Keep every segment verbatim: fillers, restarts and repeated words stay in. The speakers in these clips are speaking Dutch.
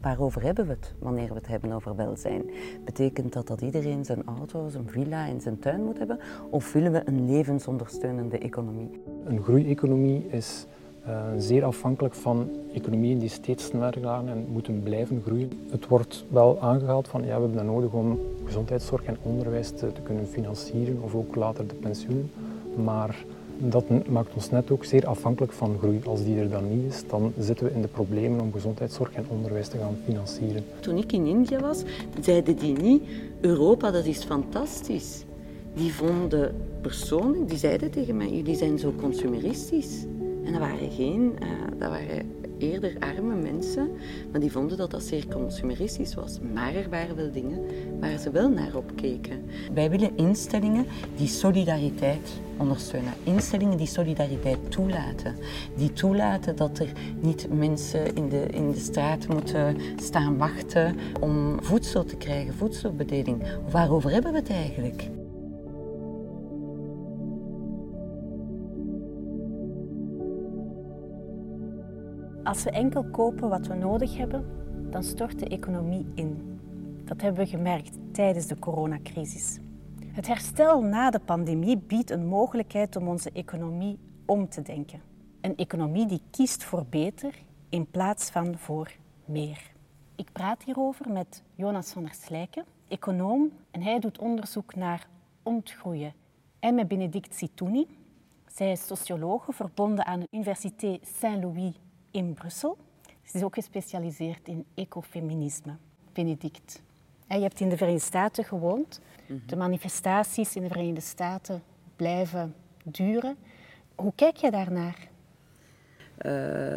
Waarover hebben we het wanneer we het hebben over welzijn? Betekent dat dat iedereen zijn auto, zijn villa en zijn tuin moet hebben? Of willen we een levensondersteunende economie? Een groeieconomie is uh, zeer afhankelijk van economieën die steeds sneller gaan en moeten blijven groeien. Het wordt wel aangehaald van ja, we hebben dat nodig om gezondheidszorg en onderwijs te, te kunnen financieren of ook later de pensioen. Maar dat maakt ons net ook zeer afhankelijk van groei. Als die er dan niet is, dan zitten we in de problemen om gezondheidszorg en onderwijs te gaan financieren. Toen ik in India was, zeiden die niet, Europa dat is fantastisch. Die vonden persoonlijk, die zeiden tegen mij, jullie zijn zo consumeristisch. En dat waren geen, uh, dat waren eerder arme mensen, maar die vonden dat dat zeer consumeristisch was. Maar er waren wel dingen waar ze wel naar opkeken. Wij willen instellingen die solidariteit ondersteunen. Instellingen die solidariteit toelaten. Die toelaten dat er niet mensen in de, in de straat moeten staan wachten om voedsel te krijgen, voedselbedeling. Waarover hebben we het eigenlijk? Als we enkel kopen wat we nodig hebben, dan stort de economie in. Dat hebben we gemerkt tijdens de coronacrisis. Het herstel na de pandemie biedt een mogelijkheid om onze economie om te denken. Een economie die kiest voor beter in plaats van voor meer. Ik praat hierover met Jonas van der Slijken, econoom, en hij doet onderzoek naar ontgroeien. En met Bénédicte Zitouni. Zij is sociologe verbonden aan de Universiteit Saint-Louis in Brussel. Ze is ook gespecialiseerd in ecofeminisme. Bénédicte, je hebt in de Verenigde Staten gewoond. De manifestaties in de Verenigde Staten blijven duren. Hoe kijk je daarnaar? Uh,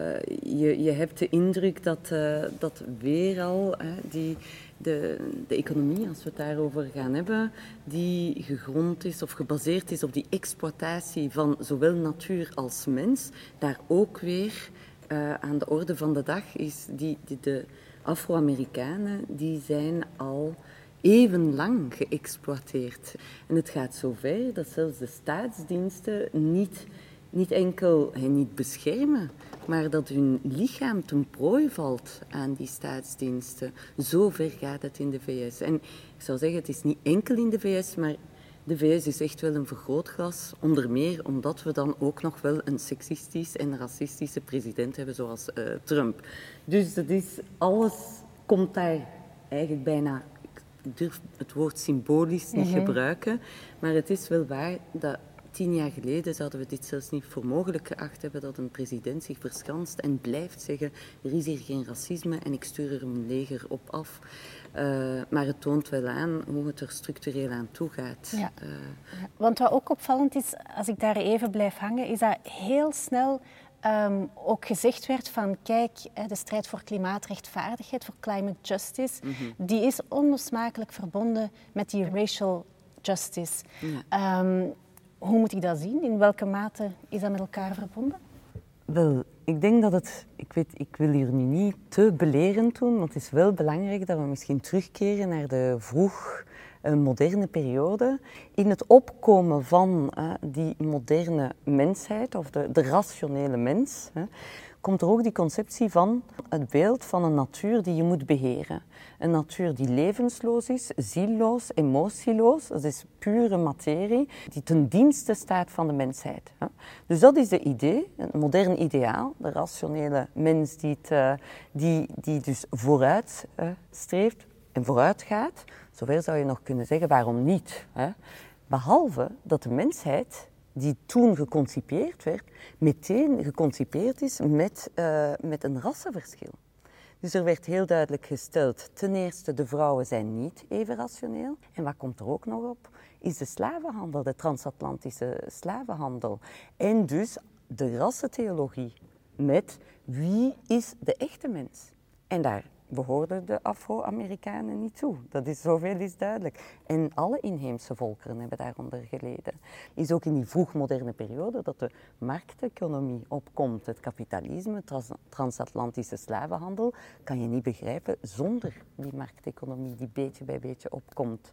je, je hebt de indruk dat, uh, dat weer al uh, die, de, de economie, als we het daarover gaan hebben, die gegrond is of gebaseerd is op die exploitatie van zowel natuur als mens, daar ook weer uh, aan de orde van de dag is die, die de Afro-Amerikanen, die zijn al even lang geëxploiteerd. En het gaat zover dat zelfs de staatsdiensten niet, niet enkel hen niet beschermen, maar dat hun lichaam ten prooi valt aan die staatsdiensten. Zo ver gaat het in de V S. En ik zou zeggen, het is niet enkel in de V S, maar de V S is echt wel een vergrootglas. Onder meer omdat we dan ook nog wel een seksistisch en racistische president hebben, zoals uh, Trump. Dus dat is, alles komt daar eigenlijk bijna... Ik durf het woord symbolisch niet mm-hmm. gebruiken, maar het is wel waar dat tien jaar geleden zouden we dit zelfs niet voor mogelijk geacht hebben dat een president zich verschanst en blijft zeggen er is hier geen racisme en ik stuur er een leger op af. Uh, maar het toont wel aan hoe het er structureel aan toe gaat. Ja. Uh, ja. Want wat ook opvallend is, als ik daar even blijf hangen, is dat heel snel Um, ook gezegd werd van kijk, de strijd voor klimaatrechtvaardigheid, voor climate justice, mm-hmm. die is onlosmakelijk verbonden met die racial justice. Ja. Um, hoe moet ik dat zien? In welke mate is dat met elkaar verbonden? Wel, ik denk dat het... Ik, weet, ik wil hier nu niet te belerend doen, want het is wel belangrijk dat we misschien terugkeren naar de vroeg... een moderne periode. In het opkomen van uh, die moderne mensheid, of de, de rationele mens, uh, komt er ook die conceptie van het beeld van een natuur die je moet beheren. Een natuur die levensloos is, zielloos, emotieloos. Dat is pure materie die ten dienste staat van de mensheid. Uh. Dus dat is het idee, een modern ideaal. De rationele mens die, het, uh, die, die dus vooruit uh, streeft en vooruit gaat. Zover zou je nog kunnen zeggen, waarom niet? Hè? Behalve dat de mensheid, die toen geconcipeerd werd, meteen geconcipeerd is met, uh, met een rassenverschil. Dus er werd heel duidelijk gesteld, ten eerste, de vrouwen zijn niet even rationeel. En wat komt er ook nog op? Is de slavenhandel, de transatlantische slavenhandel. En dus de rassentheologie met wie is de echte mens? En daar behoorden de Afro-Amerikanen niet toe. Dat is, zoveel is duidelijk. En alle inheemse volkeren hebben daaronder geleden. Is ook in die vroegmoderne periode dat de markteconomie opkomt. Het kapitalisme, trans- transatlantische slavenhandel, kan je niet begrijpen zonder die markteconomie die beetje bij beetje opkomt.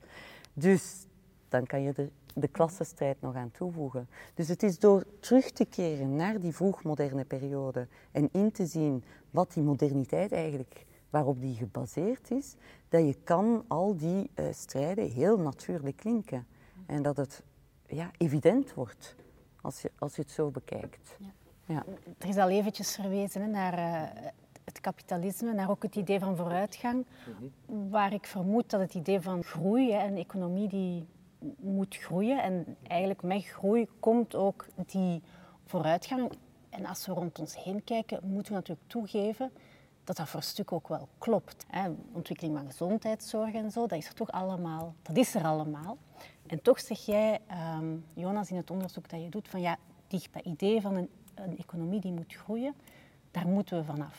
Dus dan kan je er de klassenstrijd nog aan toevoegen. Dus het is door terug te keren naar die vroegmoderne periode en in te zien wat die moderniteit eigenlijk waarop die gebaseerd is, dat je kan al die uh, strijden heel natuurlijk linken. En dat het ja, evident wordt als je, als je het zo bekijkt. Ja. Ja. Er is al eventjes verwezen hè, naar uh, het kapitalisme, naar ook het idee van vooruitgang, mm-hmm. waar ik vermoed dat het idee van groei, hè, een economie die moet groeien en eigenlijk met groei komt ook die vooruitgang. En als we rond ons heen kijken, moeten we natuurlijk toegeven dat dat voor een stuk ook wel klopt. Hè. Ontwikkeling van gezondheidszorg en zo, dat is er toch allemaal. Dat is er allemaal. En toch zeg jij, um, Jonas, in het onderzoek dat je doet, van ja, die, dat idee van een, een economie die moet groeien, daar moeten we vanaf.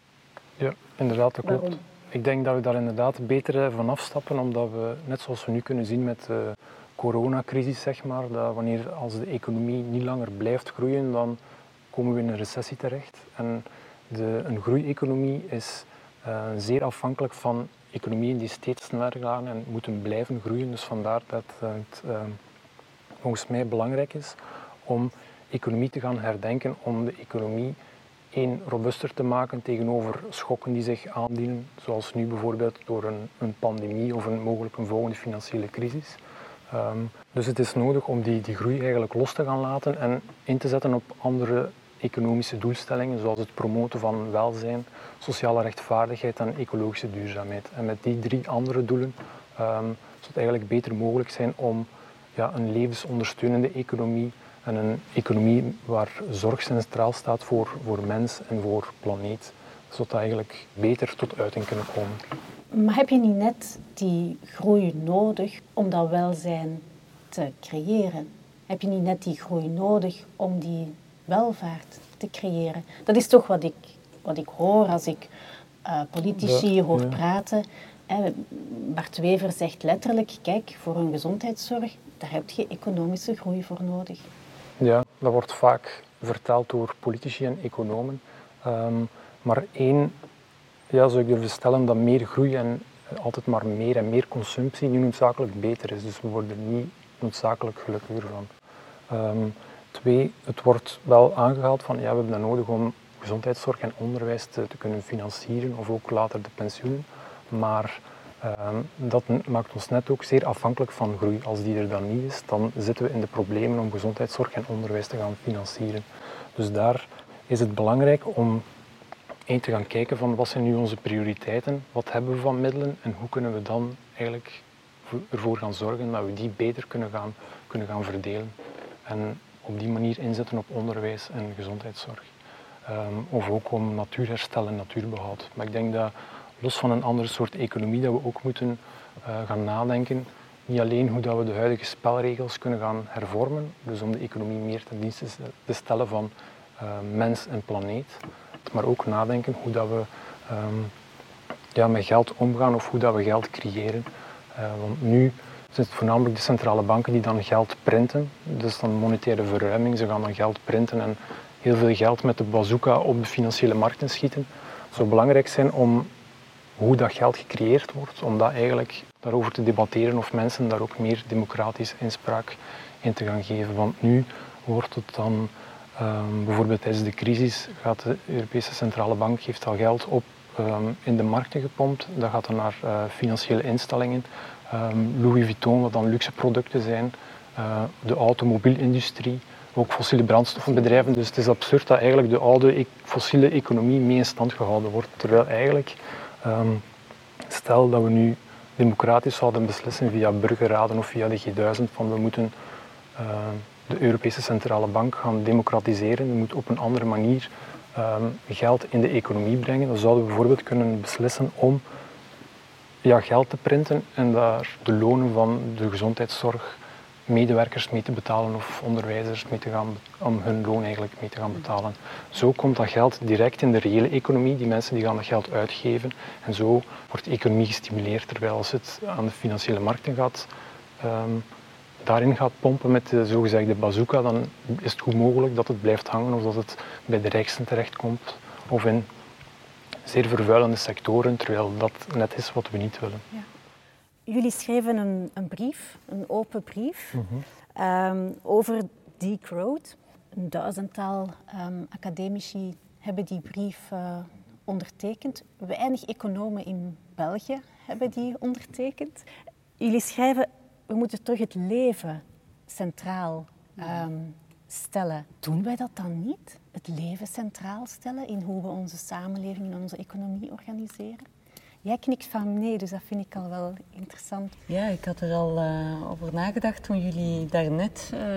Ja, inderdaad, dat klopt. Waarom? Ik denk dat we daar inderdaad beter van afstappen, omdat we, net zoals we nu kunnen zien met de coronacrisis, zeg maar, dat wanneer als de economie niet langer blijft groeien, dan komen we in een recessie terecht. En de, een groeieconomie is uh, zeer afhankelijk van economieën die steeds sneller gaan en moeten blijven groeien. Dus vandaar dat het uh, volgens mij belangrijk is om economie te gaan herdenken, om de economie één, robuster te maken tegenover schokken die zich aandienen, zoals nu bijvoorbeeld door een, een pandemie of een mogelijk een volgende financiële crisis. Um, dus het is nodig om die, die groei eigenlijk los te gaan laten en in te zetten op andere economische doelstellingen, zoals het promoten van welzijn, sociale rechtvaardigheid en ecologische duurzaamheid. En met die drie andere doelen um, zou het eigenlijk beter mogelijk zijn om ja, een levensondersteunende economie en een economie waar zorg centraal staat voor, voor mens en voor planeet, zodat dat eigenlijk beter tot uiting kunnen komen. Maar heb je niet net die groei nodig om dat welzijn te creëren? Heb je niet net die groei nodig om die welvaart te creëren? Dat is toch wat ik, wat ik hoor als ik uh, politici ja, hoor ja. praten. Eh, Bart Wever zegt letterlijk, kijk, voor een gezondheidszorg, daar heb je economische groei voor nodig. Ja, dat wordt vaak verteld door politici en economen. Um, maar één, ja, zou ik durven stellen dat meer groei en altijd maar meer en meer consumptie niet noodzakelijk beter is. Dus we worden er niet noodzakelijk gelukkiger van. Um, twee, het wordt wel aangehaald van ja, we hebben dat nodig om gezondheidszorg en onderwijs te, te kunnen financieren of ook later de pensioenen. Maar um, dat maakt ons net ook zeer afhankelijk van groei. Als die er dan niet is, dan zitten we in de problemen om gezondheidszorg en onderwijs te gaan financieren. Dus daar is het belangrijk om één te gaan kijken van wat zijn nu onze prioriteiten, wat hebben we van middelen en hoe kunnen we dan eigenlijk ervoor gaan zorgen dat we die beter kunnen gaan, kunnen gaan verdelen. En op die manier inzetten op onderwijs en gezondheidszorg. Um, of ook om natuurherstel en natuurbehoud. Maar ik denk dat los van een andere soort economie dat we ook moeten uh, gaan nadenken, niet alleen hoe dat we de huidige spelregels kunnen gaan hervormen, dus om de economie meer ten dienste te stellen van uh, mens en planeet, maar ook nadenken hoe dat we um, ja, met geld omgaan of hoe dat we geld creëren. Uh, want nu zijn het voornamelijk de centrale banken die dan geld printen, dus dan monetaire verruiming, ze gaan dan geld printen en heel veel geld met de bazooka op de financiële markten schieten. Het zou belangrijk zijn om hoe dat geld gecreëerd wordt, om dat eigenlijk daarover te debatteren of mensen daar ook meer democratische inspraak in te gaan geven. Want nu wordt het dan, um, bijvoorbeeld tijdens de crisis, gaat de Europese Centrale Bank heeft al geld op um, in de markten gepompt. Dat gaat dan naar uh, financiële instellingen. Um, Louis Vuitton, wat dan luxe producten zijn, uh, de automobielindustrie, ook fossiele brandstoffenbedrijven. Dus het is absurd dat eigenlijk de oude e- fossiele economie mee in stand gehouden wordt. Terwijl eigenlijk, um, stel dat we nu democratisch zouden beslissen via burgerraden of via de G duizend, van we moeten uh, de Europese Centrale Bank gaan democratiseren, we moeten op een andere manier um, geld in de economie brengen. Dan zouden we bijvoorbeeld kunnen beslissen om ja, geld te printen en daar de lonen van de gezondheidszorg medewerkers mee te betalen of onderwijzers mee te gaan, om hun loon eigenlijk mee te gaan betalen. Zo komt dat geld direct in de reële economie, die mensen die gaan dat geld uitgeven en zo wordt de economie gestimuleerd, terwijl als het aan de financiële markten gaat, um, daarin gaat pompen met de zogezegde bazooka, dan is het goed mogelijk dat het blijft hangen of dat het bij de rijksten terechtkomt of in zeer vervuilende sectoren, terwijl dat net is wat we niet willen. Ja. Jullie schreven een, een brief, een open brief, mm-hmm. um, over degrowth. Een duizendtal um, academici hebben die brief uh, ondertekend. Weinig economen in België hebben die ondertekend. Jullie schrijven, we moeten terug het leven centraal um, stellen. Doen wij dat dan niet? Het leven centraal stellen in hoe we onze samenleving en onze economie organiseren? Jij knikt van nee, dus dat vind ik al wel interessant. Ja, ik had er al uh, over nagedacht toen jullie daarnet uh,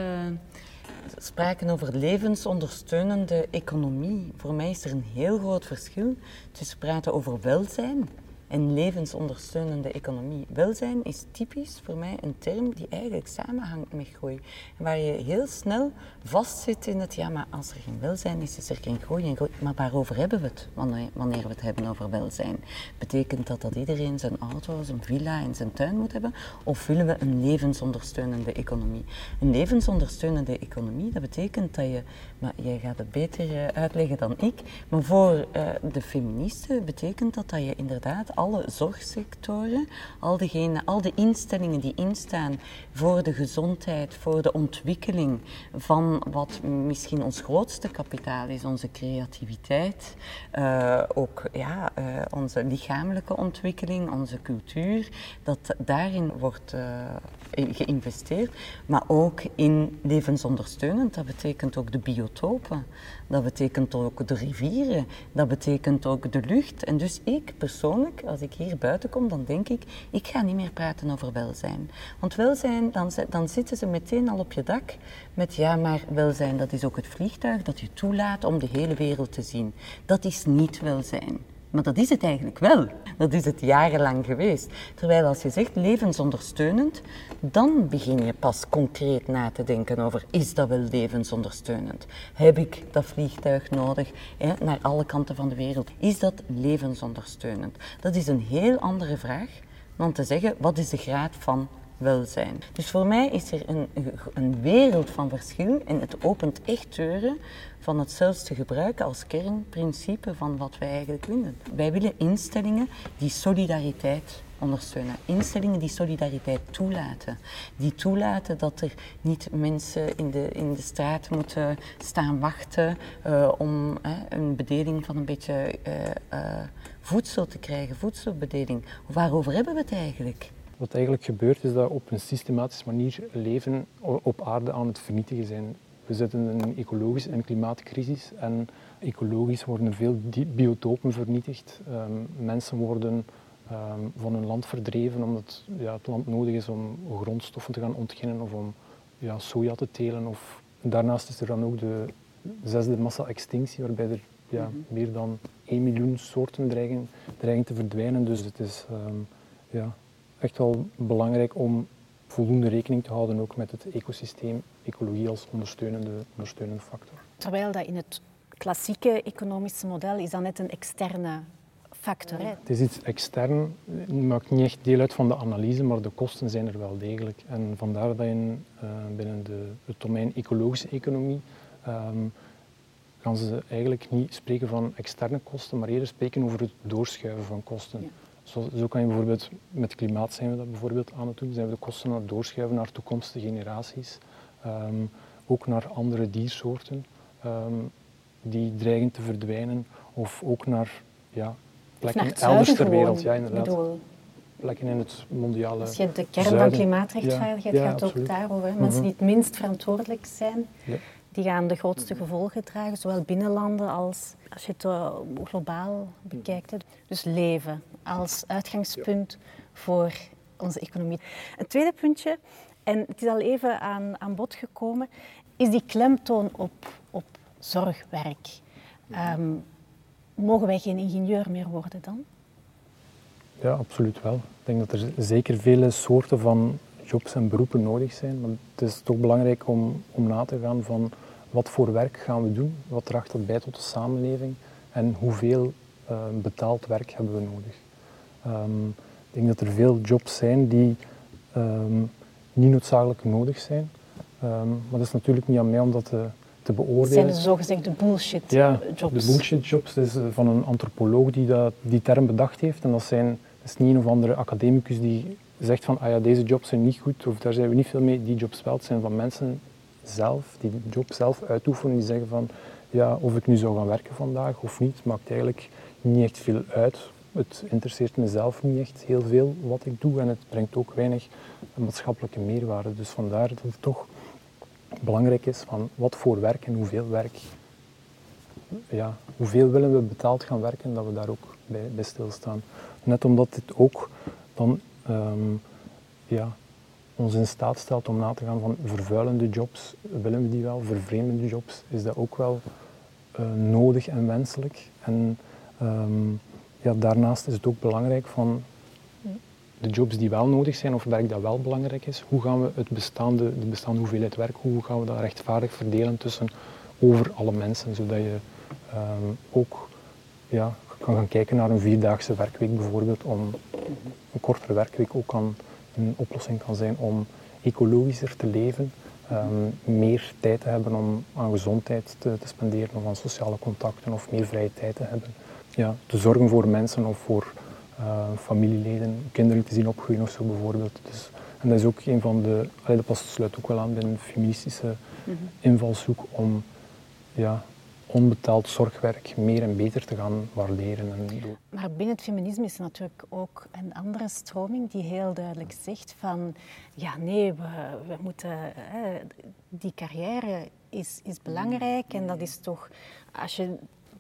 spraken over levensondersteunende economie. Voor mij is er een heel groot verschil tussen praten over welzijn en levensondersteunende economie. Welzijn is typisch voor mij een term die eigenlijk samenhangt met groei. En waar je heel snel vastzit in het, ja, maar als er geen welzijn is, is er geen groei. En groei. Maar waarover hebben we het wanneer, wanneer we het hebben over welzijn? Betekent dat dat iedereen zijn auto, zijn villa en zijn tuin moet hebben? Of willen we een levensondersteunende economie? Een levensondersteunende economie, dat betekent dat je, maar jij gaat het beter uitleggen dan ik, maar voor uh, de feministen betekent dat dat je inderdaad alle zorgsectoren, al, degene, al de instellingen die instaan voor de gezondheid, voor de ontwikkeling van wat misschien ons grootste kapitaal is, onze creativiteit, uh, ook ja, uh, onze lichamelijke ontwikkeling, onze cultuur, dat daarin wordt uh, geïnvesteerd, maar ook in levensondersteunend, dat betekent ook de biotopen, dat betekent ook de rivieren, dat betekent ook de lucht. En dus ik persoonlijk, als ik hier buiten kom, dan denk ik, ik ga niet meer praten over welzijn. Want welzijn, dan, dan zitten ze meteen al op je dak met, ja, maar welzijn, dat is ook het vliegtuig dat je toelaat om de hele wereld te zien. Dat is niet welzijn. Maar dat is het eigenlijk wel. Dat is het jarenlang geweest. Terwijl als je zegt levensondersteunend, dan begin je pas concreet na te denken over, is dat wel levensondersteunend? Heb ik dat vliegtuig nodig hè, naar alle kanten van de wereld? Is dat levensondersteunend? Dat is een heel andere vraag dan te zeggen, wat is de graad van welzijn? Dus voor mij is er een, een wereld van verschil en het opent echt deuren van het zelfs te gebruiken als kernprincipe van wat wij eigenlijk willen. Wij willen instellingen die solidariteit ondersteunen. Instellingen die solidariteit toelaten. Die toelaten dat er niet mensen in de, in de straat moeten staan wachten uh, om uh, een bedeling van een beetje uh, uh, voedsel te krijgen, voedselbedeling. Waarover hebben we het eigenlijk? Wat eigenlijk gebeurt is dat op een systematische manier leven op aarde aan het vernietigen zijn. We zitten in een ecologische en klimaatcrisis en ecologisch worden veel biotopen vernietigd. Um, mensen worden um, van hun land verdreven omdat ja, het land nodig is om grondstoffen te gaan ontginnen of om ja, soja te telen. Of, daarnaast is er dan ook de zesde massa-extinctie waarbij er ja, mm-hmm. meer dan één miljoen soorten dreigen, dreigen te verdwijnen. Dus het is um, ja, echt wel belangrijk om voldoende rekening te houden ook met het ecosysteem, ecologie als ondersteunende, ondersteunende factor. Terwijl dat in het klassieke economische model is dat net een externe factor. Hè? Het is iets extern, het maakt niet echt deel uit van de analyse, maar de kosten zijn er wel degelijk. En vandaar dat in, uh, binnen de, het domein ecologische economie um, gaan ze eigenlijk niet spreken van externe kosten, maar eerder spreken over het doorschuiven van kosten. Ja. Zo, zo kan je bijvoorbeeld, met klimaat zijn we dat bijvoorbeeld aan het doen, zijn we de kosten aan het doorschuiven naar toekomstige generaties, um, ook naar andere diersoorten um, die dreigen te verdwijnen, of ook naar ja, plekken naar elders ter gewoon, wereld. Ja, inderdaad. Bedoel. Plekken in het mondiale Als je de kern zuiden. van klimaatrechtvaardigheid ja, ja, gaat absoluut. ook daarover. Hè? Mm-hmm. Mensen die het minst verantwoordelijk zijn, ja. die gaan de grootste gevolgen dragen, zowel binnen landen als als je het uh, globaal bekijkt. Hè. Dus leven als uitgangspunt ja. voor onze economie. Een tweede puntje, en het is al even aan, aan bod gekomen, is die klemtoon op, op zorgwerk. Um, mogen wij geen ingenieur meer worden dan? Ja, absoluut wel. Ik denk dat er zeker vele soorten van jobs en beroepen nodig zijn, maar het is toch belangrijk om, om na te gaan van wat voor werk gaan we doen, wat draagt dat bij tot de samenleving en hoeveel uh, betaald werk hebben we nodig. Um, ik denk dat er veel jobs zijn die um, niet noodzakelijk nodig zijn, um, maar dat is natuurlijk niet aan mij om dat te, te beoordelen. Het zijn de zogezegde bullshit ja, jobs. De bullshit jobs, dat is van een antropoloog die dat, die term bedacht heeft en dat, zijn, dat is niet een of andere academicus die zegt van ah ja, deze jobs zijn niet goed of daar zijn we niet veel mee, die jobs wel. Het zijn van mensen zelf, die de job zelf uitoefenen, die zeggen van ja, of ik nu zou gaan werken vandaag of niet, maakt eigenlijk niet echt veel uit. Het interesseert mezelf niet echt heel veel wat ik doe en het brengt ook weinig maatschappelijke meerwaarde. Dus vandaar dat het toch belangrijk is van wat voor werk en hoeveel werk. Ja, hoeveel willen we betaald gaan werken, dat we daar ook bij, bij stilstaan. Net omdat dit ook dan um, ja, ons in staat stelt om na te gaan van vervuilende jobs, willen we die wel, vervreemdende jobs, is dat ook wel uh, nodig en wenselijk. En um, ja, daarnaast is het ook belangrijk van de jobs die wel nodig zijn of werk dat wel belangrijk is, hoe gaan we het bestaande, de bestaande hoeveelheid werk, hoe gaan we dat rechtvaardig verdelen tussen over alle mensen, zodat je um, ook ja, kan gaan kijken naar een vierdaagse werkweek bijvoorbeeld, om een kortere werkweek ook kan, een oplossing kan zijn om ecologischer te leven, um, meer tijd te hebben om aan gezondheid te, te spenderen of aan sociale contacten of meer vrije tijd te hebben. Ja, te zorgen voor mensen of voor uh, familieleden, kinderen te zien opgroeien of zo bijvoorbeeld. Dus, en dat is ook een van de, allee, dat past, sluit ook wel aan bij een feministische mm-hmm. invalshoek om ja, onbetaald zorgwerk meer en beter te gaan waarderen. En maar binnen het feminisme is er natuurlijk ook een andere stroming die heel duidelijk zegt van ja nee, we, we moeten, hè, die carrière is, is belangrijk en dat is toch, als je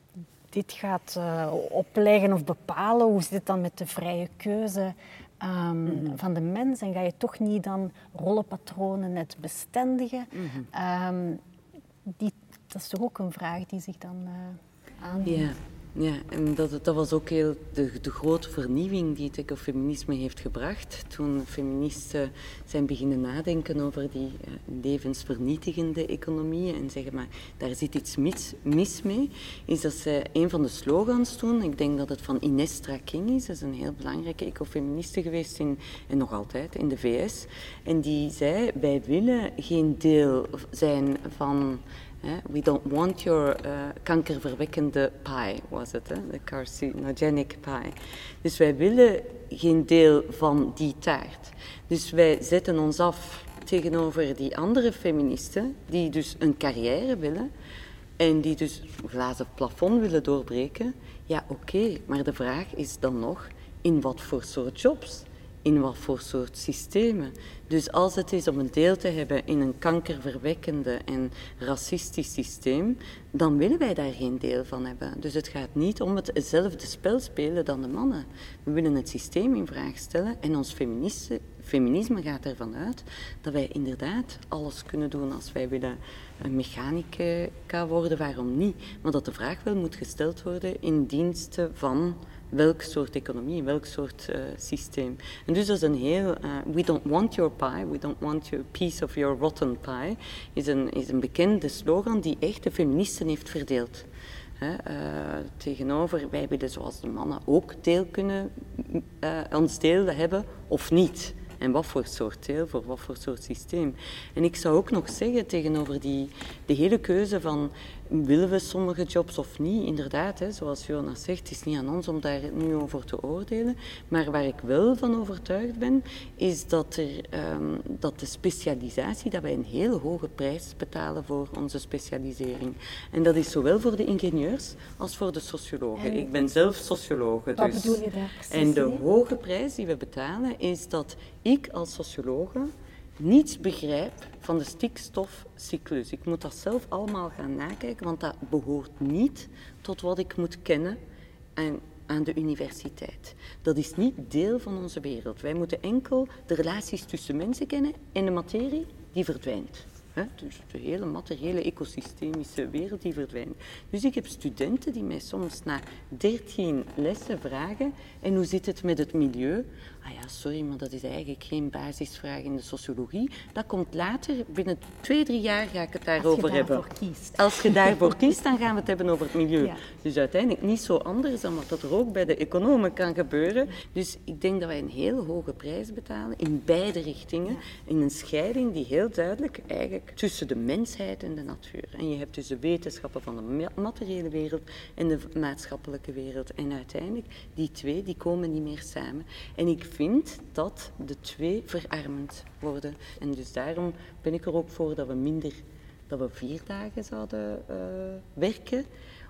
dit gaat uh, opleggen of bepalen, hoe zit het dan met de vrije keuze um, mm-hmm. van de mens en ga je toch niet dan rollenpatronen net bestendigen? Mm-hmm. Um, die, dat is toch ook een vraag die zich dan uh, aandient. Ja, ja, en dat, dat was ook heel de, de grote vernieuwing die het ecofeminisme heeft gebracht. Toen feministen zijn beginnen nadenken over die uh, levensvernietigende economie en zeggen, maar daar zit iets mis, mis mee, is dat zij een van de slogans toen, ik denk dat het van Ines Straking is, dat is een heel belangrijke ecofeministe geweest in, en nog altijd in de V S, en die zei, wij willen geen deel zijn van... We don't want your uh, kankerverwekkende pie, was het, hè? De carcinogenic pie. Dus wij willen geen deel van die taart. Dus wij zetten ons af tegenover die andere feministen, die dus een carrière willen en die dus een glazen plafond willen doorbreken. Ja, oké, okay, maar de vraag is dan nog, in wat voor soort jobs? In wat voor soort systemen. Dus als het is om een deel te hebben in een kankerverwekkende en racistisch systeem, dan willen wij daar geen deel van hebben. Dus het gaat niet om hetzelfde spel spelen dan de mannen. We willen het systeem in vraag stellen en ons feminisme gaat ervan uit dat wij inderdaad alles kunnen doen als wij willen een mechanica worden, waarom niet? Maar dat de vraag wel moet gesteld worden in diensten van welk soort economie, welk soort uh, systeem. En dus dat is een heel... Uh, we don't want your pie, we don't want your piece of your rotten pie, is een, is een bekende slogan die echt de feministen heeft verdeeld. He, uh, tegenover, wij willen zoals de mannen ook deel kunnen, uh, ons deel hebben of niet. En wat voor soort deel, voor wat voor soort systeem. En ik zou ook nog zeggen tegenover die, de hele keuze van willen we sommige jobs of niet, inderdaad, hè, zoals Jonas zegt, het is niet aan ons om daar nu over te oordelen. Maar waar ik wel van overtuigd ben, is dat, er, um, dat de specialisatie, dat wij een heel hoge prijs betalen voor onze specialisering. En dat is zowel voor de ingenieurs als voor de sociologen. En ik ben zelf sociologe. Wat dus. bedoel je daar precies? En de hoge prijs die we betalen, is dat ik als sociologe niets begrijp van de stikstofcyclus. Ik moet dat zelf allemaal gaan nakijken, want dat behoort niet tot wat ik moet kennen aan, aan de universiteit. Dat is niet deel van onze wereld. Wij moeten enkel de relaties tussen mensen kennen en de materie die verdwijnt. He, dus de hele materiële ecosystemische wereld die verdwijnt. Dus ik heb studenten die mij soms na dertien lessen vragen, en hoe zit het met het milieu? Ah ja, sorry, maar dat is eigenlijk geen basisvraag in de sociologie. Dat komt later, binnen twee, drie jaar ga ik het daarover hebben. Als je daarvoor kiest. Als je daarvoor kiest, dan gaan we het hebben over het milieu. Ja. Dus uiteindelijk niet zo anders dan wat er ook bij de economen kan gebeuren. Dus ik denk dat wij een heel hoge prijs betalen in beide richtingen. Ja. In een scheiding die heel duidelijk eigenlijk tussen de mensheid en de natuur. En je hebt dus de wetenschappen van de materiële wereld en de maatschappelijke wereld. En uiteindelijk, die twee, die komen niet meer samen. En ik vind dat de twee verarmend worden. En dus daarom ben ik er ook voor dat we minder, dat we vier dagen zouden uh, werken.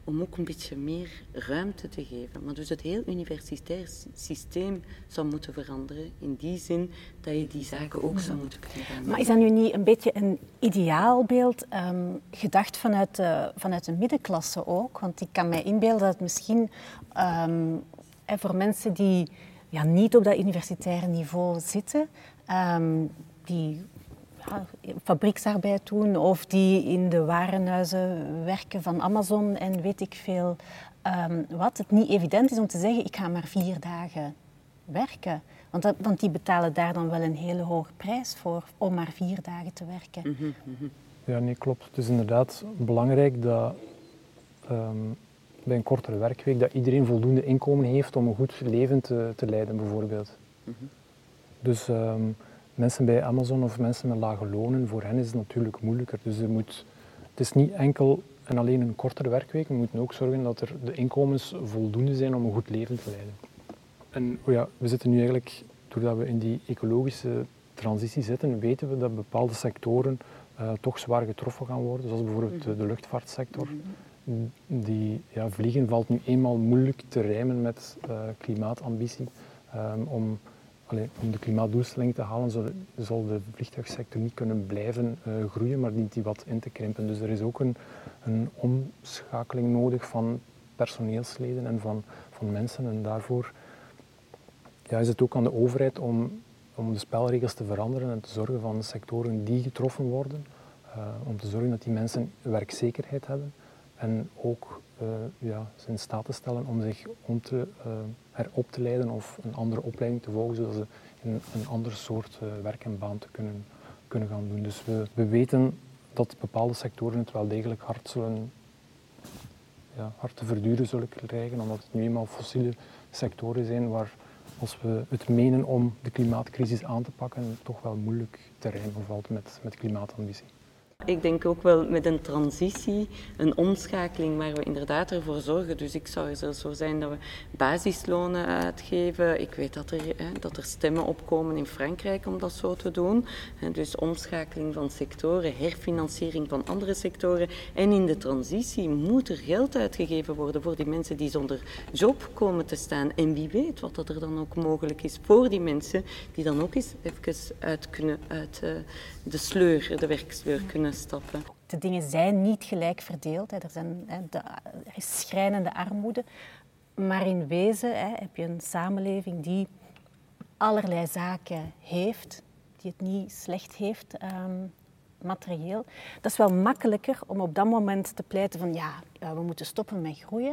om ook een beetje meer ruimte te geven. Maar dus het heel universitair systeem zou moeten veranderen, in die zin dat je die zaken ook zou moeten kunnen gaan doen. Maar is dat nu niet een beetje een ideaalbeeld, um, gedacht vanuit de, vanuit de middenklasse ook? Want ik kan mij inbeelden dat het misschien um, voor mensen die ja, niet op dat universitaire niveau zitten, um, die ja, fabrieksarbeid doen of die in de warenhuizen werken van Amazon en weet ik veel um, wat, het niet evident is om te zeggen ik ga maar vier dagen werken. Want, dat, want die betalen daar dan wel een hele hoge prijs voor om maar vier dagen te werken. Mm-hmm, mm-hmm. Ja, nee, klopt. Het is inderdaad belangrijk dat um, bij een kortere werkweek dat iedereen voldoende inkomen heeft om een goed leven te, te leiden, bijvoorbeeld. Mm-hmm. Dus um, mensen bij Amazon of mensen met lage lonen, voor hen is het natuurlijk moeilijker. Dus er moet, het is niet enkel en alleen een kortere werkweek, we moeten ook zorgen dat er de inkomens voldoende zijn om een goed leven te leiden. En oh ja, we zitten nu eigenlijk, doordat we in die ecologische transitie zitten, weten we dat bepaalde sectoren uh, toch zwaar getroffen gaan worden, zoals bijvoorbeeld de, de luchtvaartsector. Die, ja, vliegen valt nu eenmaal moeilijk te rijmen met uh, klimaatambitie. Um, om, allee, om de klimaatdoelstelling te halen zal, zal de vliegtuigsector niet kunnen blijven uh, groeien, maar dient die wat in te krimpen. Dus er is ook een, een omschakeling nodig van personeelsleden en van, van mensen. En daarvoor ja, is het ook aan de overheid om, om de spelregels te veranderen en te zorgen van sectoren die getroffen worden. Uh, om te zorgen dat die mensen werkzekerheid hebben. En ook uh, ja, ze in staat te stellen om zich om te, uh, herop te leiden of een andere opleiding te volgen, zodat ze in een ander soort uh, werk en baan te kunnen, kunnen gaan doen. Dus we, we weten dat bepaalde sectoren het wel degelijk hard, zullen, ja, hard te verduren zullen krijgen, omdat het nu eenmaal fossiele sectoren zijn waar, als we het menen om de klimaatcrisis aan te pakken, toch wel moeilijk terrein valt met, met klimaatambitie. Ik denk ook wel met een transitie, een omschakeling waar we inderdaad ervoor zorgen. Dus ik zou er zelfs voor zijn dat we basislonen uitgeven. Ik weet dat er, hè, dat er stemmen opkomen in Frankrijk om dat zo te doen. Dus omschakeling van sectoren, herfinanciering van andere sectoren. En in de transitie moet er geld uitgegeven worden voor die mensen die zonder job komen te staan. En wie weet wat dat er dan ook mogelijk is voor die mensen die dan ook eens even uit kunnen uit de sleur, de werksleur kunnen stappen. De dingen zijn niet gelijk verdeeld. Hè. Er, zijn, hè, de, er is schrijnende armoede. Maar in wezen hè, heb je een samenleving die allerlei zaken heeft, die het niet slecht heeft, um, materieel. Dat is wel makkelijker om op dat moment te pleiten van ja, we moeten stoppen met groeien.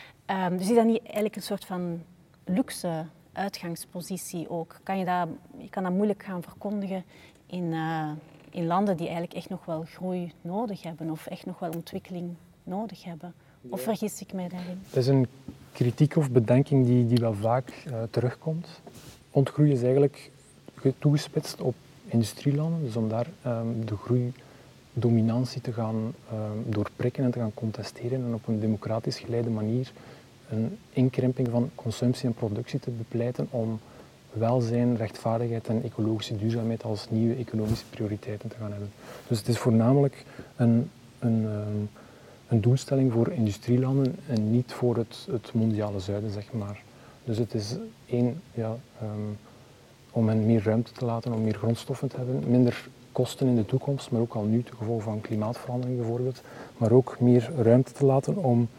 Um, dus is dat niet eigenlijk een soort van luxe uitgangspositie ook? Kan je, dat, je kan dat moeilijk gaan verkondigen in... Uh, in landen die eigenlijk echt nog wel groei nodig hebben of echt nog wel ontwikkeling nodig hebben. Of vergis ik mij daarin? Dat is een kritiek of bedenking die, die wel vaak uh, terugkomt. Ontgroei is eigenlijk toegespitst op industrielanden, dus om daar um, de groeidominantie te gaan um, doorprikken en te gaan contesteren en op een democratisch geleide manier een inkrimping van consumptie en productie te bepleiten om welzijn, rechtvaardigheid en ecologische duurzaamheid als nieuwe economische prioriteiten te gaan hebben. Dus het is voornamelijk een, een, um, een doelstelling voor industrielanden en niet voor het, het mondiale zuiden, zeg maar. Dus het is één, ja, um, om hen meer ruimte te laten, om meer grondstoffen te hebben, minder kosten in de toekomst, maar ook al nu, ten gevolge van klimaatverandering bijvoorbeeld, maar ook meer ruimte te laten om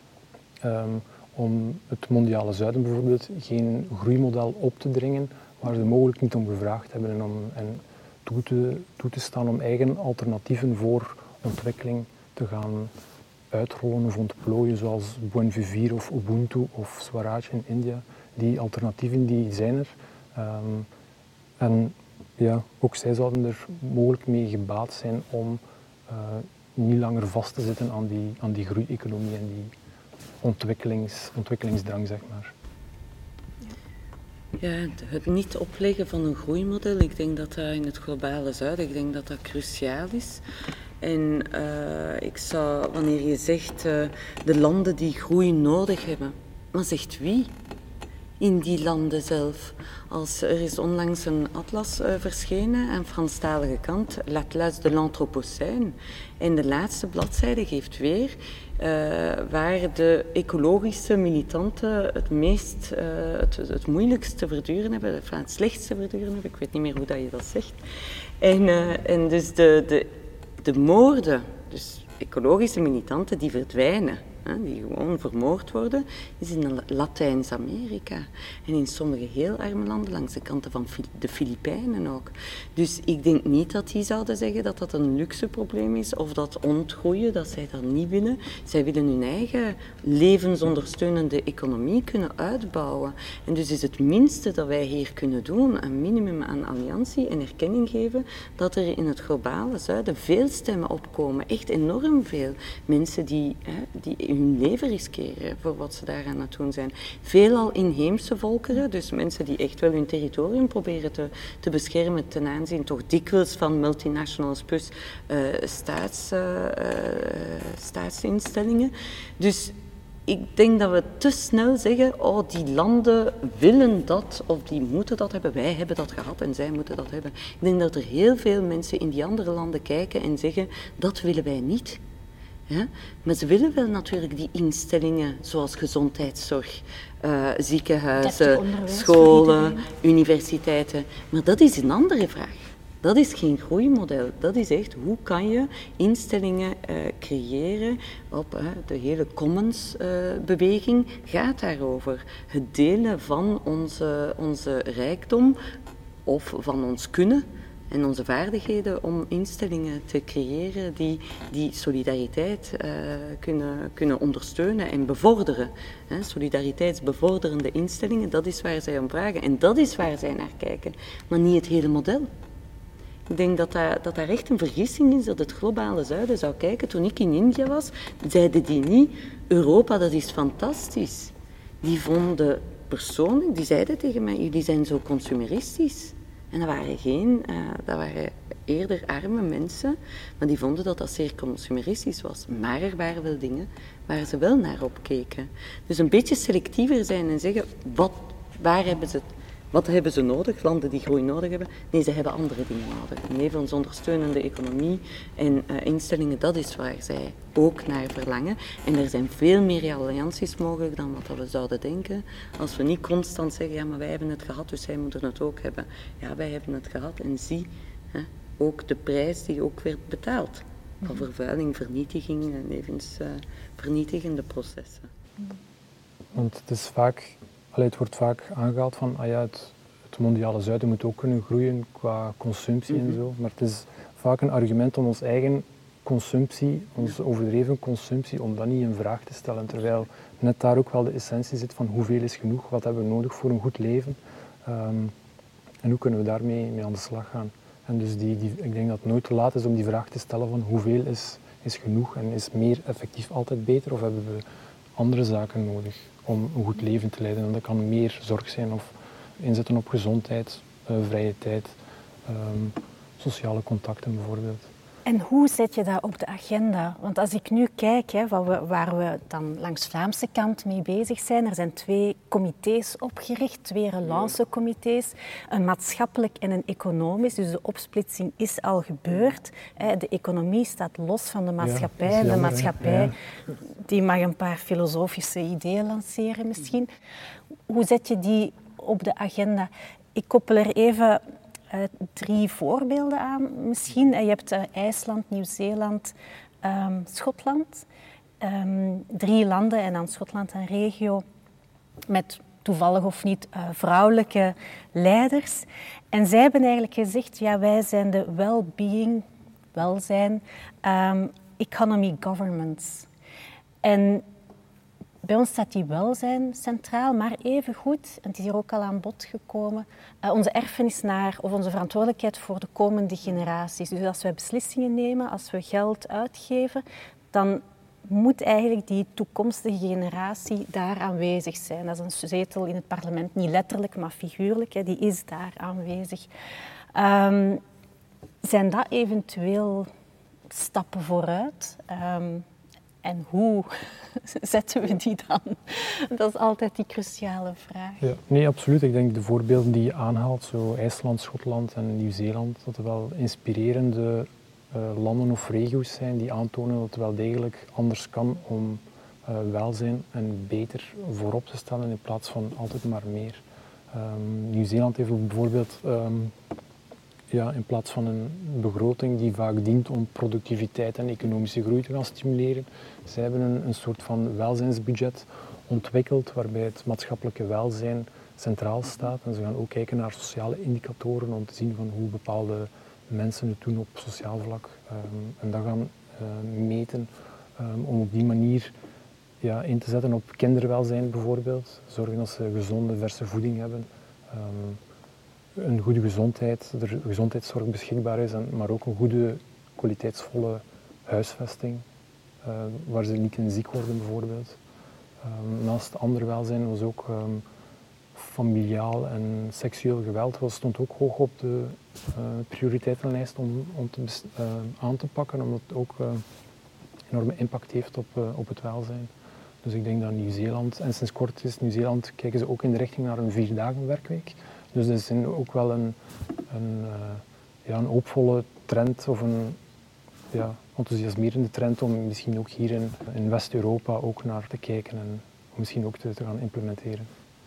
um, om het mondiale zuiden bijvoorbeeld geen groeimodel op te dringen waar ze mogelijk niet om gevraagd hebben en, om, en toe, te, toe te staan om eigen alternatieven voor ontwikkeling te gaan uitrollen of ontplooien, zoals Buen Vivir of Ubuntu of Swaraj in India. Die alternatieven die zijn er. Um, en ja, ook zij zouden er mogelijk mee gebaat zijn om uh, niet langer vast te zitten aan die, aan die groeieconomie en die Ontwikkelings, ontwikkelingsdrang, zeg maar. Ja, het niet opleggen van een groeimodel, ik denk dat dat in het globale zuiden, ik denk dat dat cruciaal is. En uh, ik zou, wanneer je zegt uh, de landen die groei nodig hebben, maar zegt wie? In die landen zelf. Als, er is onlangs een atlas uh, verschenen aan Franstalige kant, l'Atlas de l'Anthropocène. En de laatste bladzijde geeft weer uh, waar de ecologische militanten het meest, uh, het, het moeilijkst te verduren hebben, enfin, het slechtste verduren hebben, ik weet niet meer hoe dat je dat zegt. En, uh, en dus de, de, de moorden, dus ecologische militanten die verdwijnen, hè, die gewoon vermoord worden, is in Latijns-Amerika. En in sommige heel arme landen, langs de kanten van de Filipijnen ook. Dus ik denk niet dat die zouden zeggen dat dat een luxe probleem is, of dat ontgroeien, dat zij dat niet willen. Zij willen hun eigen levensondersteunende economie kunnen uitbouwen. En dus is het minste dat wij hier kunnen doen, een minimum aan alliantie en erkenning geven, dat er in het globale zuiden veel stemmen opkomen. Echt enorm veel mensen die, hè, die hun leven riskeren voor wat ze daar aan het doen zijn. Veelal inheemse volkeren, dus mensen die echt wel hun territorium proberen te, te beschermen ten aanzien toch dikwijls van multinationals plus uh, staats, uh, uh, staatsinstellingen. Dus ik denk dat we te snel zeggen, oh die landen willen dat of die moeten dat hebben, wij hebben dat gehad en zij moeten dat hebben. Ik denk dat er heel veel mensen in die andere landen kijken en zeggen, dat willen wij niet. Ja? Maar ze willen wel natuurlijk die instellingen zoals gezondheidszorg, uh, ziekenhuizen, scholen, universiteiten. Maar dat is een andere vraag. Dat is geen groeimodel. Dat is echt, hoe kan je instellingen uh, creëren op uh, de hele commons-beweging uh, gaat daarover. Het delen van onze, onze rijkdom of van ons kunnen en onze vaardigheden om instellingen te creëren die die solidariteit uh, kunnen, kunnen ondersteunen en bevorderen. He, solidariteitsbevorderende instellingen, dat is waar zij om vragen. En dat is waar zij naar kijken, maar niet het hele model. Ik denk dat daar, dat daar echt een vergissing is dat het globale zuiden zou kijken. Toen ik in India was, zeiden die niet, Europa dat is fantastisch. Die vonden persoonlijk, die zeiden tegen mij, jullie zijn zo consumeristisch. En dat waren geen, uh, dat waren eerder arme mensen, maar die vonden dat dat zeer consumeristisch was. Maar er waren wel dingen waar ze wel naar opkeken. Dus een beetje selectiever zijn en zeggen, wat, waar hebben ze het? Wat hebben ze nodig, landen die groei nodig hebben? Nee, ze hebben andere dingen nodig. Een levensondersteunende economie en uh, instellingen, dat is waar zij ook naar verlangen. En er zijn veel meer allianties mogelijk dan wat we zouden denken. Als we niet constant zeggen, ja, maar wij hebben het gehad, dus zij moeten het ook hebben. Ja, wij hebben het gehad en zie hè, ook de prijs die ook werd betaald. Van vervuiling, vernietiging en levensvernietigende uh, processen. Want het is vaak... Het wordt vaak aangehaald van ah ja, het, het mondiale zuiden moet ook kunnen groeien qua consumptie mm-hmm. en zo. Maar het is vaak een argument om onze eigen consumptie, onze overdreven consumptie, om dat niet in vraag te stellen. Terwijl net daar ook wel de essentie zit van hoeveel is genoeg, wat hebben we nodig voor een goed leven. Um, en hoe kunnen we daarmee mee aan de slag gaan. En dus die, die, ik denk dat het nooit te laat is om die vraag te stellen van hoeveel is, is genoeg en is meer effectief altijd beter of hebben we andere zaken nodig om een goed leven te leiden. En dat kan meer zorg zijn of inzetten op gezondheid, uh, vrije tijd, um, sociale contacten bijvoorbeeld. En hoe zet je dat op de agenda? Want als ik nu kijk hè, waar, we, waar we dan langs Vlaamse kant mee bezig zijn, er zijn twee comité's opgericht, twee relancecomité's, een maatschappelijk en een economisch. Dus de opsplitsing is al gebeurd. De economie staat los van de maatschappij. Ja, jammer, de maatschappij ja. die mag een paar filosofische ideeën lanceren misschien. Hoe zet je die op de agenda? Ik koppel er even... Uh, drie voorbeelden aan misschien. Uh, je hebt uh, IJsland, Nieuw-Zeeland, um, Schotland. Um, drie landen en dan Schotland en regio met toevallig of niet uh, vrouwelijke leiders. En zij hebben eigenlijk gezegd, ja, wij zijn de well-being, welzijn, um, economy governments. En bij ons staat die welzijn centraal, maar evengoed, en het is hier ook al aan bod gekomen, uh, onze erfenis naar, of onze verantwoordelijkheid voor de komende generaties. Dus als wij beslissingen nemen, als we geld uitgeven, dan moet eigenlijk die toekomstige generatie daar aanwezig zijn. Dat is een zetel in het parlement, niet letterlijk, maar figuurlijk, hè, die is daar aanwezig. Um, zijn dat eventueel stappen vooruit? Um, En hoe zetten we die dan? Dat is altijd die cruciale vraag. Ja, nee, absoluut. Ik denk de voorbeelden die je aanhaalt, zo IJsland, Schotland en Nieuw-Zeeland, dat er wel inspirerende uh, landen of regio's zijn die aantonen dat het wel degelijk anders kan om uh, welzijn en beter voorop te stellen in plaats van altijd maar meer. Um, Nieuw-Zeeland heeft ook bijvoorbeeld um, ja, in plaats van een begroting die vaak dient om productiviteit en economische groei te gaan stimuleren, zij hebben een, een soort van welzijnsbudget ontwikkeld waarbij het maatschappelijke welzijn centraal staat. En ze gaan ook kijken naar sociale indicatoren om te zien van hoe bepaalde mensen het doen op sociaal vlak. Um, en dat gaan uh, meten um, om op die manier ja, in te zetten op kinderwelzijn bijvoorbeeld. Zorgen dat ze gezonde, verse voeding hebben. Um, een goede gezondheid, dat er gezondheidszorg beschikbaar is, en, maar ook een goede, kwaliteitsvolle huisvesting, uh, waar ze niet in ziek worden bijvoorbeeld. Um, naast ander welzijn was ook um, familiaal en seksueel geweld was, stond ook hoog op de uh, prioriteitenlijst om, om te uh, aan te pakken, omdat het ook uh, enorme impact heeft op, uh, op het welzijn. Dus ik denk dat Nieuw-Zeeland, en sinds kort is Nieuw-Zeeland, kijken ze ook in de richting naar een vier dagen werkweek. Dus dat is ook wel een, een, uh, ja, een hoopvolle trend of een ja, enthousiasmerende trend om misschien ook hier in, in West-Europa ook naar te kijken en misschien ook te, te gaan implementeren.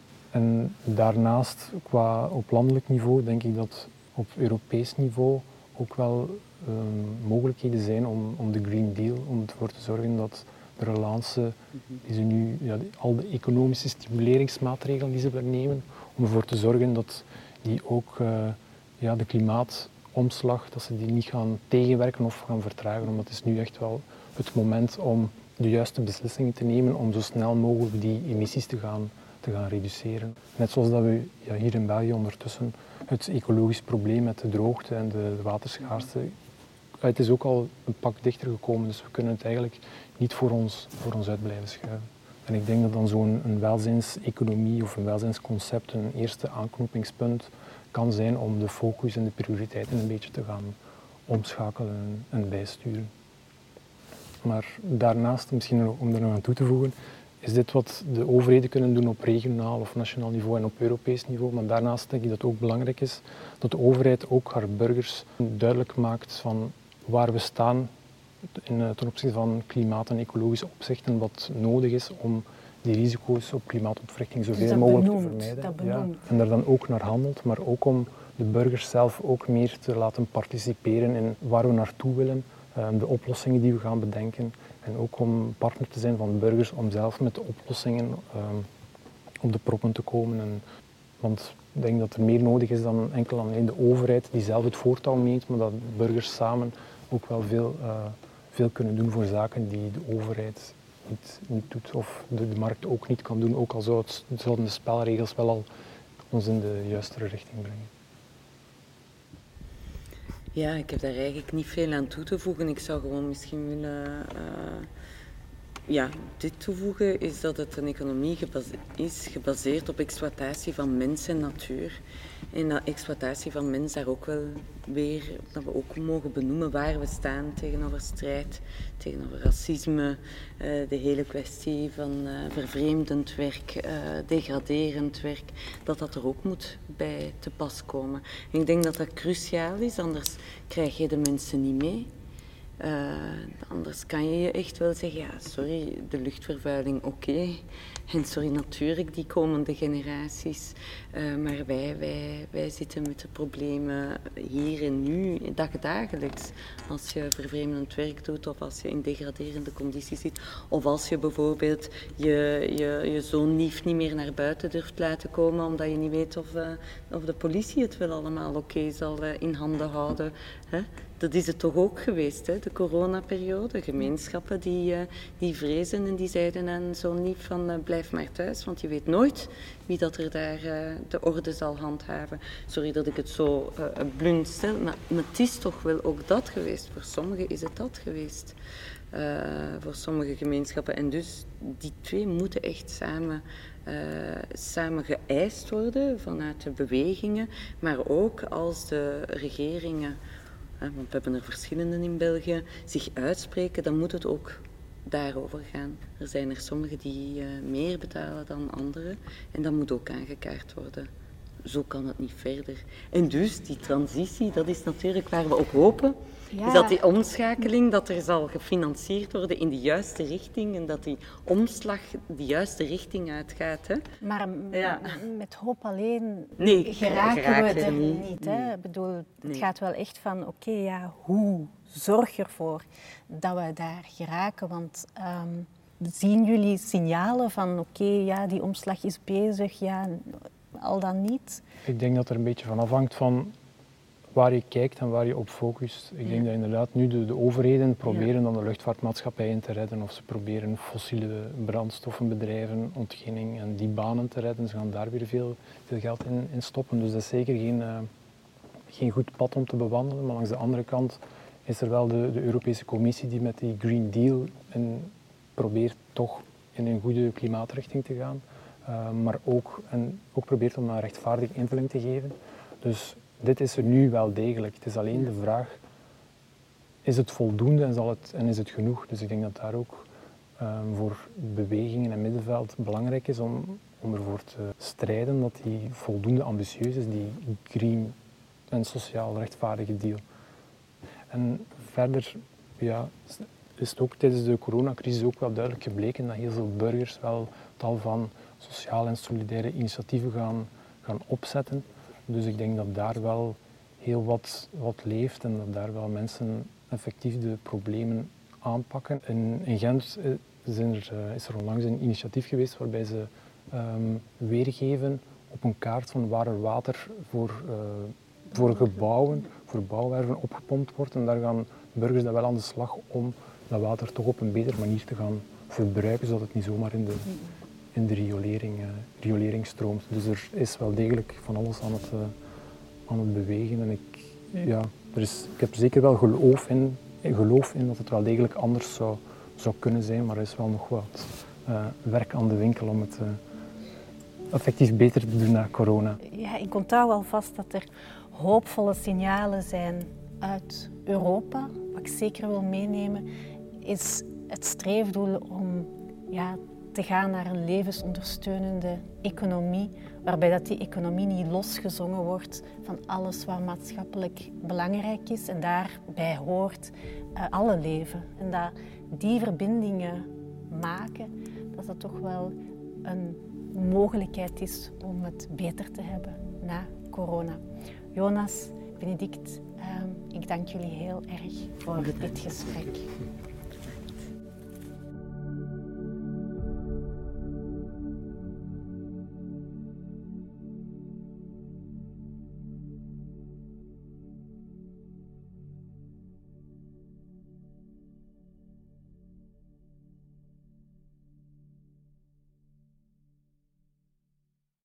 En daarnaast, qua op landelijk niveau, denk ik dat op Europees niveau ook wel um, mogelijkheden zijn om, om de Green Deal, om ervoor te zorgen dat de relance, die ze nu, ja, die, al de economische stimuleringsmaatregelen die ze nemen, om ervoor te zorgen dat die ook uh, ja, de klimaatomslag, dat ze die niet gaan tegenwerken of gaan vertragen. Omdat het is nu echt wel het moment om de juiste beslissingen te nemen om zo snel mogelijk die emissies te gaan, te gaan reduceren. Net zoals dat we ja, hier in België ondertussen het ecologisch probleem met de droogte en de, de waterschaarste, het is ook al een pak dichter gekomen, dus we kunnen het eigenlijk niet voor ons, voor ons uit blijven schuiven. En ik denk dat dan zo'n welzijnseconomie of een welzijnsconcept een eerste aanknopingspunt kan zijn om de focus en de prioriteiten een beetje te gaan omschakelen en bijsturen. Maar daarnaast, misschien om er nog aan toe te voegen, is dit wat de overheden kunnen doen op regionaal of nationaal niveau en op Europees niveau. Maar daarnaast denk ik dat het ook belangrijk is dat de overheid ook haar burgers duidelijk maakt van waar we staan in, ten opzichte van klimaat en ecologische opzichten, wat nodig is om die risico's op klimaatopvrechting zoveel dus mogelijk benoemt, te vermijden. Ja, en daar dan ook naar handelt, maar ook om de burgers zelf ook meer te laten participeren in waar we naartoe willen, de oplossingen die we gaan bedenken. En ook om partner te zijn van burgers om zelf met de oplossingen um, op de proppen te komen. En, want ik denk dat er meer nodig is dan enkel alleen de overheid die zelf het voortouw neemt, maar dat burgers samen ook wel veel, uh, veel kunnen doen voor zaken die de overheid niet, niet doet of de, de markt ook niet kan doen, ook al zou het, zouden de spelregels wel al ons in de juiste richting brengen. Ja, ik heb daar eigenlijk niet veel aan toe te voegen. Ik zou gewoon misschien willen uh, ja, dit toevoegen, is dat het een economie gebase- is gebaseerd op exploitatie van mens en natuur. En dat exploitatie van mens daar ook wel weer, dat we ook mogen benoemen waar we staan tegenover strijd, tegenover racisme, uh, de hele kwestie van uh, vervreemdend werk, uh, degraderend werk, dat dat er ook moet bij te pas komen. En ik denk dat dat cruciaal is, anders krijg je de mensen niet mee. Uh, anders kan je je echt wel zeggen, ja, sorry, de luchtvervuiling, oké. Okay. En sorry, natuurlijk, die komende generaties. Uh, maar wij, wij, wij zitten met de problemen hier en nu, dagdagelijks. Als je vervreemdend werk doet, of als je in degraderende condities zit, of als je bijvoorbeeld je, je, je zoon lief niet meer naar buiten durft laten komen, omdat je niet weet of, uh, of de politie het wel allemaal oké okay zal uh, in handen houden. Hè? Dat is het toch ook geweest, hè? De coronaperiode. Gemeenschappen die, uh, die vrezen en die zeiden aan zo'n lief van uh, blijf maar thuis, want je weet nooit wie dat er daar uh, de orde zal handhaven. Sorry dat ik het zo uh, blunt stel, maar, maar het is toch wel ook dat geweest. Voor sommigen is het dat geweest. Uh, voor sommige gemeenschappen. En dus die twee moeten echt samen, uh, samen geëist worden vanuit de bewegingen, maar ook als de regeringen, want we hebben er verschillende in België, zich uitspreken, dan moet het ook daarover gaan. Er zijn er sommigen die uh, meer betalen dan anderen en dat moet ook aangekaart worden. zo kan het niet verder. En dus die transitie, dat is natuurlijk waar we op hopen. Ja. Is dat die omschakeling, dat er zal gefinancierd worden in de juiste richting en dat die omslag de juiste richting uitgaat. Hè? Maar Ja. met hoop alleen Nee, geraken geraken we er niet. niet. Hè? Nee. Ik bedoel, het Nee. gaat wel echt van, oké, okay, ja, hoe zorg ervoor dat we daar geraken? Want um, zien jullie signalen van, oké, okay, ja, die omslag is bezig, ja, al dan niet? Ik denk dat er een beetje van afhangt van waar je kijkt en waar je op focust. Ik Ja. denk dat inderdaad nu de, de overheden proberen Ja. dan de luchtvaartmaatschappijen te redden of ze proberen fossiele brandstoffenbedrijven, ontginning en die banen te redden. Ze gaan daar weer veel, veel geld in, in stoppen. Dus dat is zeker geen, uh, geen goed pad om te bewandelen. Maar langs de andere kant is er wel de, de Europese Commissie die met die Green Deal en probeert toch in een goede klimaatrichting te gaan. Uh, maar ook, en ook probeert om een rechtvaardige invulling te geven. Dus dit is er nu wel degelijk. Het is alleen de vraag, is het voldoende en, zal het, en is het genoeg? Dus ik denk dat daar ook um, voor bewegingen en middenveld belangrijk is om, om ervoor te strijden dat die voldoende ambitieus is, die green en sociaal rechtvaardige deal. En verder ja, is het ook tijdens de coronacrisis ook wel duidelijk gebleken dat heel veel burgers wel tal van sociale en solidaire initiatieven gaan, gaan opzetten. Dus ik denk dat daar wel heel wat, wat leeft en dat daar wel mensen effectief de problemen aanpakken. In, in Gent zijn er, is er onlangs een initiatief geweest waarbij ze um, weergeven op een kaart van waar er water voor, uh, voor gebouwen, voor bouwwerven opgepompt wordt. En daar gaan burgers dan wel aan de slag om dat water toch op een betere manier te gaan verbruiken, zodat het niet zomaar in de, in de riolering, uh, riolering stroomt. Dus er is wel degelijk van alles aan het, uh, aan het bewegen. En ik, ja, er is, ik heb zeker wel geloof in, geloof in dat het wel degelijk anders zou, zou kunnen zijn, maar er is wel nog wat uh, werk aan de winkel om het uh, effectief beter te doen na corona. Ja, ik onthoud alvast dat er hoopvolle signalen zijn uit Europa. Wat ik zeker wil meenemen is het streefdoel om ja, te gaan naar een levensondersteunende economie, waarbij dat die economie niet losgezongen wordt van alles wat maatschappelijk belangrijk is en daarbij hoort uh, alle leven. En dat die verbindingen maken, dat dat toch wel een mogelijkheid is om het beter te hebben na corona. Jonas, Benedict, uh, ik dank jullie heel erg voor dit gesprek.